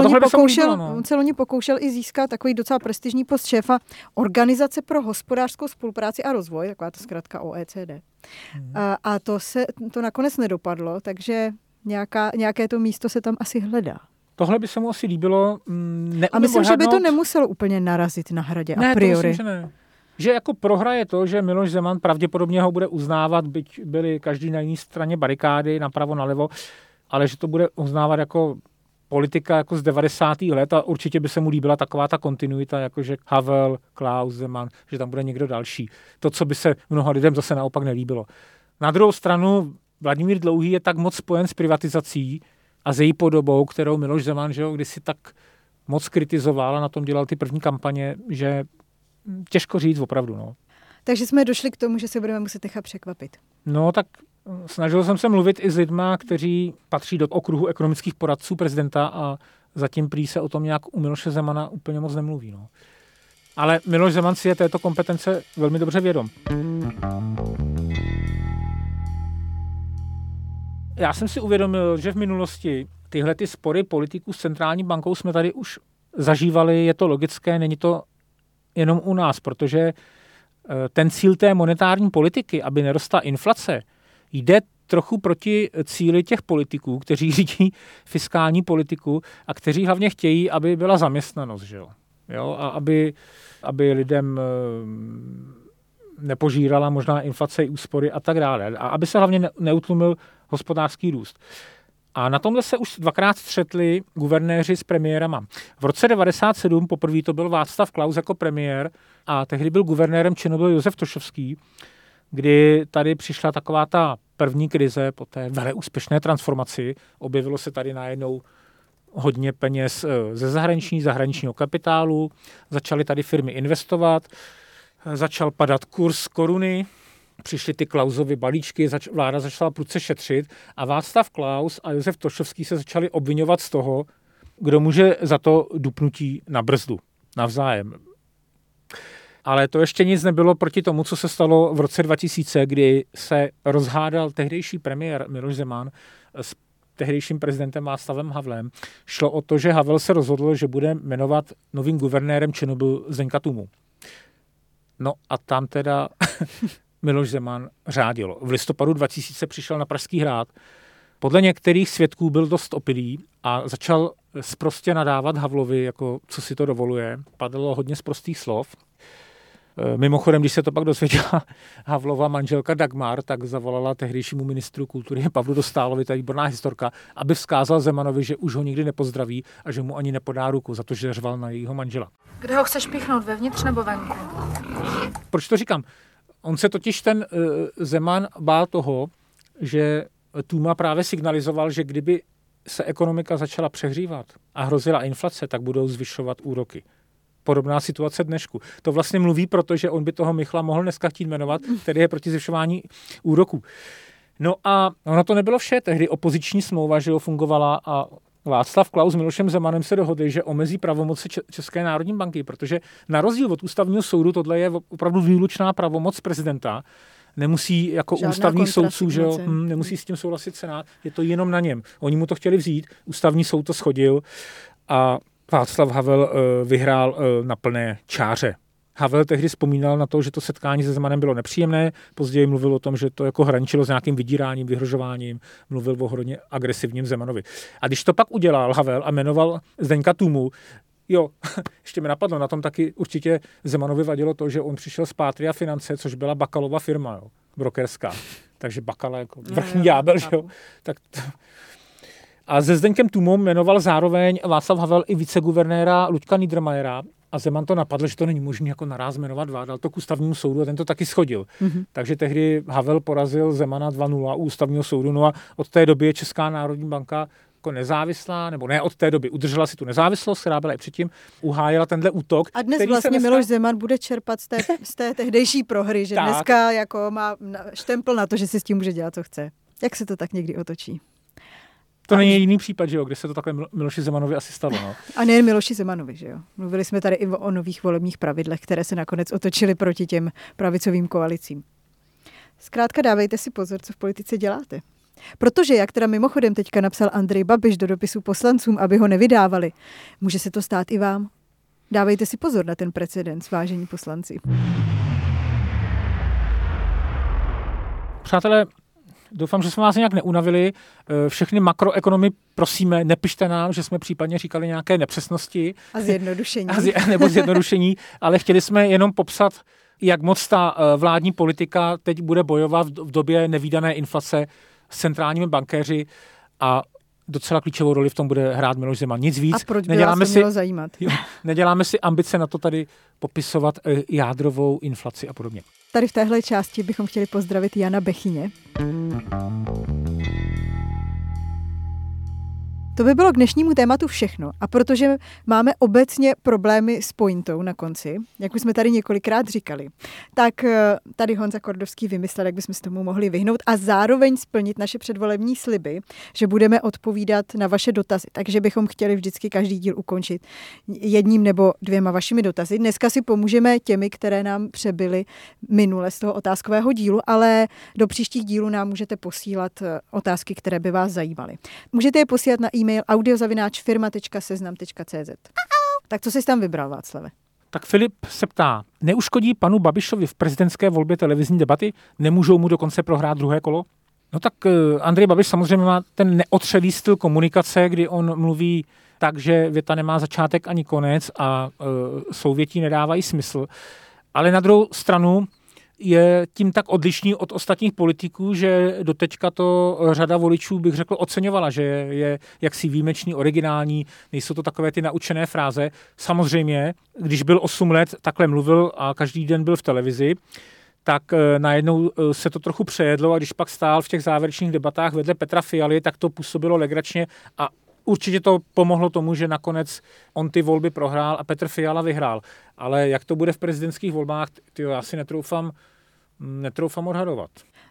se loni pokoušel i získat takový docela prestižní post šéfa Organizace pro hospodářskou spolupráci a rozvoj, taková to zkrátka OECD. A to nakonec nedopadlo, takže nějaké to místo se tam asi hledá. Tohle by se mu asi líbilo. A myslím, že by to nemuselo úplně narazit na Hradě a priori. To myslím, že ne. Že jako prohra je to, že Miloš Zeman pravděpodobně ho bude uznávat, byť byli každý na jiné straně barikády, napravo, nalevo, ale že to bude uznávat jako politika jako z 90. let a určitě by se mu líbila taková ta kontinuita, jakože Havel, Klaus, Zeman, že tam bude někdo další. To, co by se mnoha lidem zase naopak nelíbilo. Na druhou stranu Vladimír Dlouhý je tak moc spojen s privatizací a s její podobou, kterou Miloš Zeman, že jo, kdysi tak moc kritizoval a na tom dělal ty první kampaně, že těžko říct opravdu. No. Takže jsme došli k tomu, že se budeme muset nechat překvapit. No tak snažil jsem se mluvit i s lidma, kteří patří do okruhu ekonomických poradců prezidenta a zatím prý se o tom nějak u Miloše Zemana úplně moc nemluví. No. Ale Miloš Zeman si je této kompetence velmi dobře vědom. Já jsem si uvědomil, že v minulosti tyhle ty spory politiků s centrální bankou jsme tady už zažívali, je to logické, není to jenom u nás, protože ten cíl té monetární politiky, aby nerostla inflace, jde trochu proti cíli těch politiků, kteří řídí fiskální politiku a kteří hlavně chtějí, aby byla zaměstnanost, že jo? A aby lidem nepožírala možná inflace i úspory a tak dále. A aby se hlavně neutlumil hospodářský růst. A na tomhle se už dvakrát střetli guvernéři s premiérama. V roce 1997 poprvé to byl Václav Klaus jako premiér a tehdy byl guvernérem ČNB Josef Tošovský, kdy tady přišla taková ta první krize po té veleúspěšné transformaci. Objevilo se tady najednou hodně peněz ze zahraničního kapitálu, začaly tady firmy investovat, začal padat kurz koruny, přišly ty Klausovy balíčky, vláda začala prudce šetřit a Václav Klaus a Josef Tošovský se začali obvinovat z toho, kdo může za to dupnutí na brzdu navzájem. Ale to ještě nic nebylo proti tomu, co se stalo v roce 2000, kdy se rozhádal tehdejší premiér Miloš Zeman s tehdejším prezidentem Václavem Havlem. Šlo o to, že Havel se rozhodl, že bude jmenovat novým guvernérem ČNB Zdeňka Tůmu. No a tam teda Miloš Zeman řádil. V listopadu 2000 přišel na Pražský hrad. Podle některých svědků byl dost opilý a začal sprostě nadávat Havlovi, jako co si to dovoluje. Padalo hodně sprostých slov. Mimochodem, když se to pak dozvěděla Havlova manželka Dagmar, tak zavolala tehdejšímu ministru kultury Pavlu Dostálovi, ta výborná historka, aby vzkázal Zemanovi, že už ho nikdy nepozdraví a že mu ani nepodá ruku za to, že řval na jejího manžela. Kde ho chceš píchnout, vevnitř nebo venku? Proč to říkám? On se totiž ten Zeman bál toho, že Tůma právě signalizoval, že kdyby se ekonomika začala přehřívat a hrozila inflace, tak budou zvyšovat úroky. Podobná situace dnešku. To vlastně mluví, protože on by toho Michla mohl dneska chtít jmenovat, který je proti zvyšování úroků. No a ono to nebylo vše. Tehdy opoziční smlouva, že jo, fungovala a Václav Klaus s Milošem Zemanem se dohodli, že omezí pravomoci České národní banky, protože na rozdíl od ústavního soudu tohle je opravdu výlučná pravomoc prezidenta. Nemusí jako žádná ústavních soudců, že jo, nemusí s tím souhlasit Senát, je to jenom na něm. Oni mu to chtěli vzít, ústavní soud to shodil a Václav Havel vyhrál na plné čáře. Havel tehdy vzpomínal na to, že to setkání se Zemanem bylo nepříjemné, později mluvil o tom, že to jako hraničilo s nějakým vydíráním, vyhrožováním, mluvil o hodně agresivním Zemanovi. A když to pak udělal Havel a jmenoval Zdeňka Tůmu, jo, ještě mi napadlo, na tom taky určitě Zemanovi vadilo to, že on přišel z Patria Finance, což byla Bakalova firma, jo, brokerská. Takže Bakala jako vrchní ďábel, že jo. A se Zdeňkem Tůmou jmenoval zároveň Václav Havel i viceguvernéra Luďka Niedermayera a Zeman to napadl, že to není možné jako naráz jmenovat dva, dal to k ústavnímu soudu a ten to taky shodil. Takže tehdy Havel porazil Zemana 2-0 u ústavního soudu, no a od té doby je Česká národní banka jako nezávislá, nebo ne od té doby, udržela si tu nezávislost, která byla i předtím, uhájila tenhle útok. A dnes vlastně Miloš Zeman bude čerpat z té tehdejší prohry, že tak. Dneska jako má štempl na to, že si s tím může dělat, co chce. Jak se to tak někdy otočí? To není jediný případ, že jo, kde se to takhle Miloši Zemanovi asi stalo. No. A nejen Miloši Zemanovi, že jo. Mluvili jsme tady i o nových volebních pravidlech, které se nakonec otočily proti těm pravicovým koalicím. Zkrátka dávejte si pozor, co v politice děláte. Protože, jak teda mimochodem teďka napsal Andrej Babiš do dopisu poslancům, aby ho nevydávali, může se to stát i vám. Dávejte si pozor na ten precedens, vážení poslanci. Přátelé, doufám, že jsme vás nějak neunavili. Všechny makroekonomy prosíme, nepište nám, že jsme případně říkali nějaké nepřesnosti. A zjednodušení. Nebo zjednodušení, ale chtěli jsme jenom popsat, jak moc ta vládní politika teď bude bojovat v době nevídané inflace s centrálními bankéři a docela klíčovou roli v tom bude hrát Miloš Zeman. Nic víc. A proč by vás to mělo zajímat? Jo, neděláme si ambice na to tady popisovat jádrovou inflaci a podobně. Tady v téhle části bychom chtěli pozdravit Jana Bechyně. To by bylo k dnešnímu tématu všechno. A protože máme obecně problémy s pointou na konci, jak už jsme tady několikrát říkali, tak tady Honza Kordovský vymyslel, jak bychom se tomu mohli vyhnout a zároveň splnit naše předvolební sliby, že budeme odpovídat na vaše dotazy. Takže bychom chtěli vždycky každý díl ukončit jedním nebo dvěma vašimi dotazy. Dneska si pomůžeme těmi, které nám přebyly minule z toho otázkového dílu, ale do příštích dílů nám můžete posílat otázky, které by vás zajímaly. Můžete je posílat na e-mail audio@seznam.cz. Tak co jsi tam vybral, Václave? Tak Filip se ptá, neuškodí panu Babišovi v prezidentské volbě televizní debaty? Nemůžou mu dokonce prohrát druhé kolo? No tak Andrej Babiš samozřejmě má ten neotřelý styl komunikace, kdy on mluví tak, že věta nemá začátek ani konec a souvětí nedávají smysl. Ale na druhou stranu je tím tak odlišný od ostatních politiků, že doteďka to řada voličů, bych řekl, oceňovala, že je jaksi výjimečný, originální, nejsou to takové ty naučené fráze. Samozřejmě, když byl 8 let, takhle mluvil a každý den byl v televizi, tak najednou se to trochu přejedlo a když pak stál v těch závěrečných debatách vedle Petra Fialy, tak to působilo legračně a určitě to pomohlo tomu, že nakonec on ty volby prohrál a Petr Fiala vyhrál. Ale jak to bude v prezidentských volbách, já si netroufám odhadovat.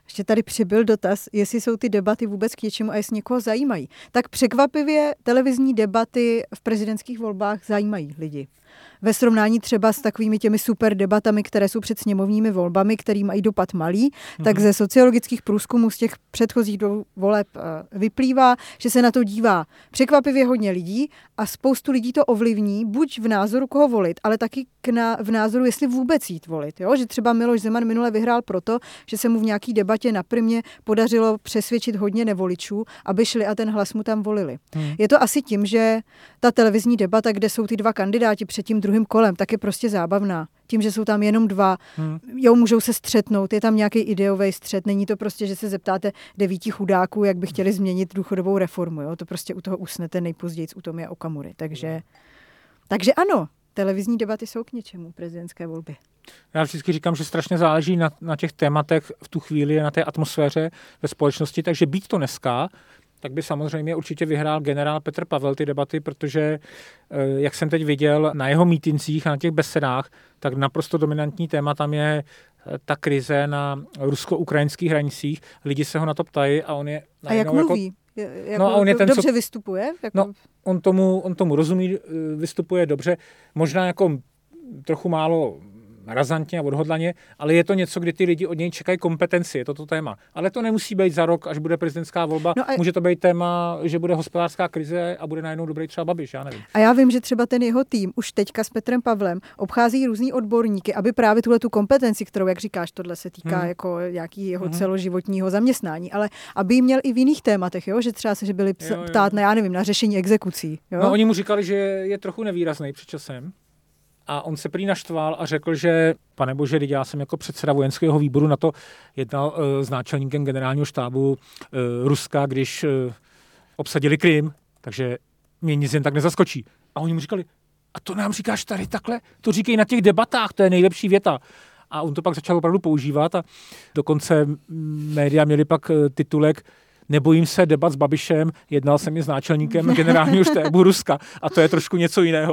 Ještě tady přibyl dotaz, jestli jsou ty debaty vůbec k něčemu a jestli někoho zajímají. Tak překvapivě televizní debaty v prezidentských volbách zajímají lidi. Ve srovnání třeba s takovými těmi super debatami, které jsou před sněmovními volbami, který mají dopad malý, tak ze sociologických průzkumů z těch předchozích voleb vyplývá, že se na to dívá překvapivě hodně lidí a spoustu lidí to ovlivní, buď v názoru, koho volit, ale taky v názoru, jestli vůbec jít volit. Jo? Že třeba Miloš Zeman minule vyhrál proto, že se mu v nějaký debatě na Primě podařilo přesvědčit hodně nevoličů, aby šli a ten hlas mu tam volili. Je to asi tím, že ta televizní debata, kde jsou ty dva kandidáti před tím druhým kolem, tak je prostě zábavná. Tím, že jsou tam jenom dva, jo, můžou se střetnout, je tam nějaký ideový střet, není to prostě, že se zeptáte 9 chudáků, jak by chtěli změnit důchodovou reformu, jo, to prostě u toho usnete nejpozději u Tomia Okamury, takže ano, televizní debaty jsou k něčemu, prezidentské volby. Já vždycky říkám, že strašně záleží na těch tématech v tu chvíli, na té atmosféře ve společnosti, takže být to dneska, tak by samozřejmě určitě vyhrál generál Petr Pavel ty debaty, protože, jak jsem teď viděl na jeho mítincích a na těch besedách, tak naprosto dominantní téma tam je ta krize na rusko-ukrajinských hranicích. Lidi se ho na to ptají a on je... A jak mluví? No a on je ten, dobře vystupuje? No, on tomu rozumí, vystupuje dobře, možná jako trochu málo razantně a odhodlaně, ale je to něco, kdy ty lidi od něj čekají kompetenci, je to téma. Ale to nemusí být za rok, až bude prezidentská volba. No může to být téma, že bude hospodářská krize a bude najednou dobrý třeba Babiš, já nevím. A já vím, že třeba ten jeho tým už teďka s Petrem Pavlem obchází různý odborníky, aby právě tu kompetenci, kterou, jak říkáš, tohle se týká jako nějaký jeho celoživotního zaměstnání, ale aby ji měl i v jiných tématech, jo? Že třeba se byli ptát na, já nevím, na řešení exekucí. Jo? No oni mu říkali, že je trochu nevýrazný před časem. A on se prý naštval a řekl, že pane bože, já jsem jako předseda vojenského výboru na to jednal s náčelníkem generálního štábu Ruska, když obsadili Krym, takže mě nic jen tak nezaskočí. A oni mu říkali, a to nám říkáš tady takhle? To říkej na těch debatách, to je nejlepší věta. A on to pak začal opravdu používat a dokonce média měli pak titulek Nebojím se debat s Babišem, jednal jsem i s náčelníkem generálního štábu Ruska. A to je trošku něco jiného.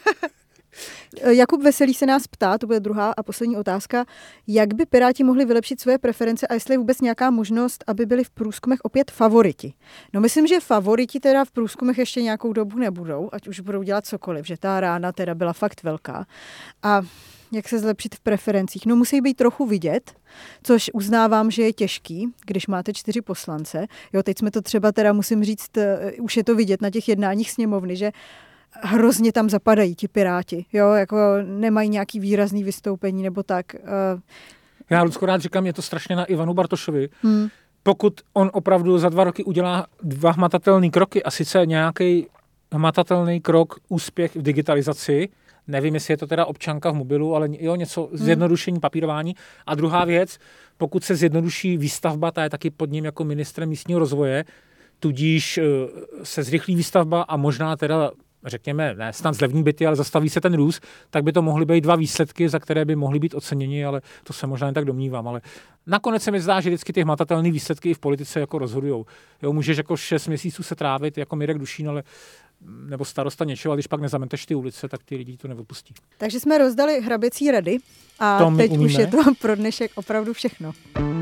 Jakub Veselý se nás ptá, to bude druhá a poslední otázka, jak by Piráti mohli vylepšit svoje preference a jestli je vůbec nějaká možnost, aby byli v průzkumech opět favoriti. No myslím, že favoriti teda v průzkumech ještě nějakou dobu nebudou, ať už budou dělat cokoliv, že ta rána teda byla fakt velká. A jak se zlepšit v preferencích? No musí být trochu vidět, což uznávám, že je těžký, když máte 4 poslance. Jo, teď jsme to třeba teda musím říct, už je to vidět na těch jednáních sněmovny, že hrozně tam zapadají ti Piráti, jo, jako nemají nějaký výrazný vystoupení nebo tak. Já Lucko rád říkám, je to strašně na Ivanu Bartošovi. Pokud on opravdu za 2 roky udělá 2 hmatatelné kroky a sice nějaký hmatatelný krok, úspěch v digitalizaci, nevím, jestli je to teda občanka v mobilu, ale jo, něco zjednodušení papírování. A druhá věc, pokud se zjednoduší výstavba, ta je taky pod ním jako ministrem místního rozvoje, tudíž se zrychlí výstavba a možná teda řekněme, ne snad zlevní byty, ale zastaví se ten růst, tak by to mohly být 2 výsledky, za které by mohly být oceněni, ale to se možná jen tak domnívám. Ale nakonec se mi zdá, že vždycky ty hmatatelné výsledky i v politice jako rozhodujou. Jo, můžeš jako 6 měsíců se trávit jako Mirek Dušín, ale nebo starosta něčeho, ale když pak nezameteš ty ulice, tak ty lidi to neodpustí. Takže jsme rozdali hraběcí rady a teď už je to pro dnešek opravdu všechno.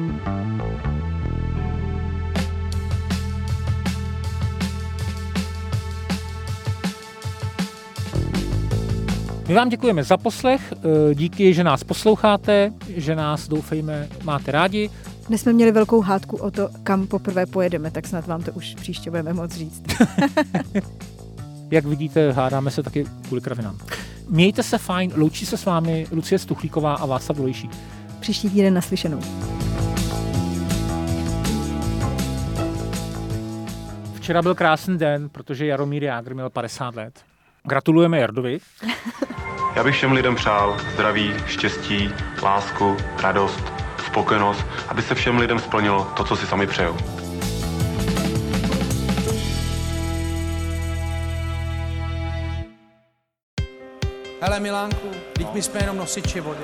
My vám děkujeme za poslech, díky, že nás posloucháte, že nás, doufejme, máte rádi. Dnes jsme měli velkou hádku o to, kam poprvé pojedeme, tak snad vám to už příště budeme moct říct. Jak vidíte, hádáme se taky kvůli kravinám. Mějte se fajn, loučí se s vámi Lucie Stuchlíková a Václav Dolejší. Příští týden naslyšenou. Včera byl krásný den, protože Jaromír Jágr měl 50 let. Gratulujeme Jardovi. Já bych všem lidem přál zdraví, štěstí, lásku, radost, spokojenost, aby se všem lidem splnilo to, co si sami přejou. Hele Milánku, teď my jsme jenom nosiči vody.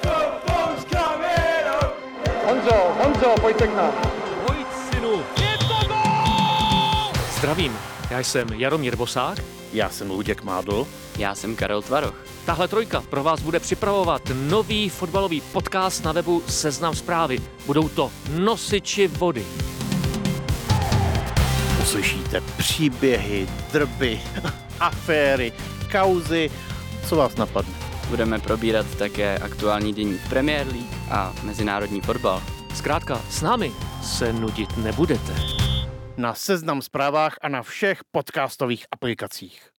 Honzo, pojďte k nám. Pojď, synu. Je to gól! Zdravím, já jsem Jaromír Bosák Já jsem Luděk Mádl. Já jsem Karel Tvaroch. Tahle trojka pro vás bude připravovat nový fotbalový podcast na webu Seznam Zprávy. Budou to nosiči vody. Uslyšíte příběhy, drby, aféry, kauzy, co vás napadne. Budeme probírat také aktuální dění v Premier League a mezinárodní fotbal. Zkrátka, s námi se nudit nebudete. Na Seznam Zprávách a na všech podcastových aplikacích.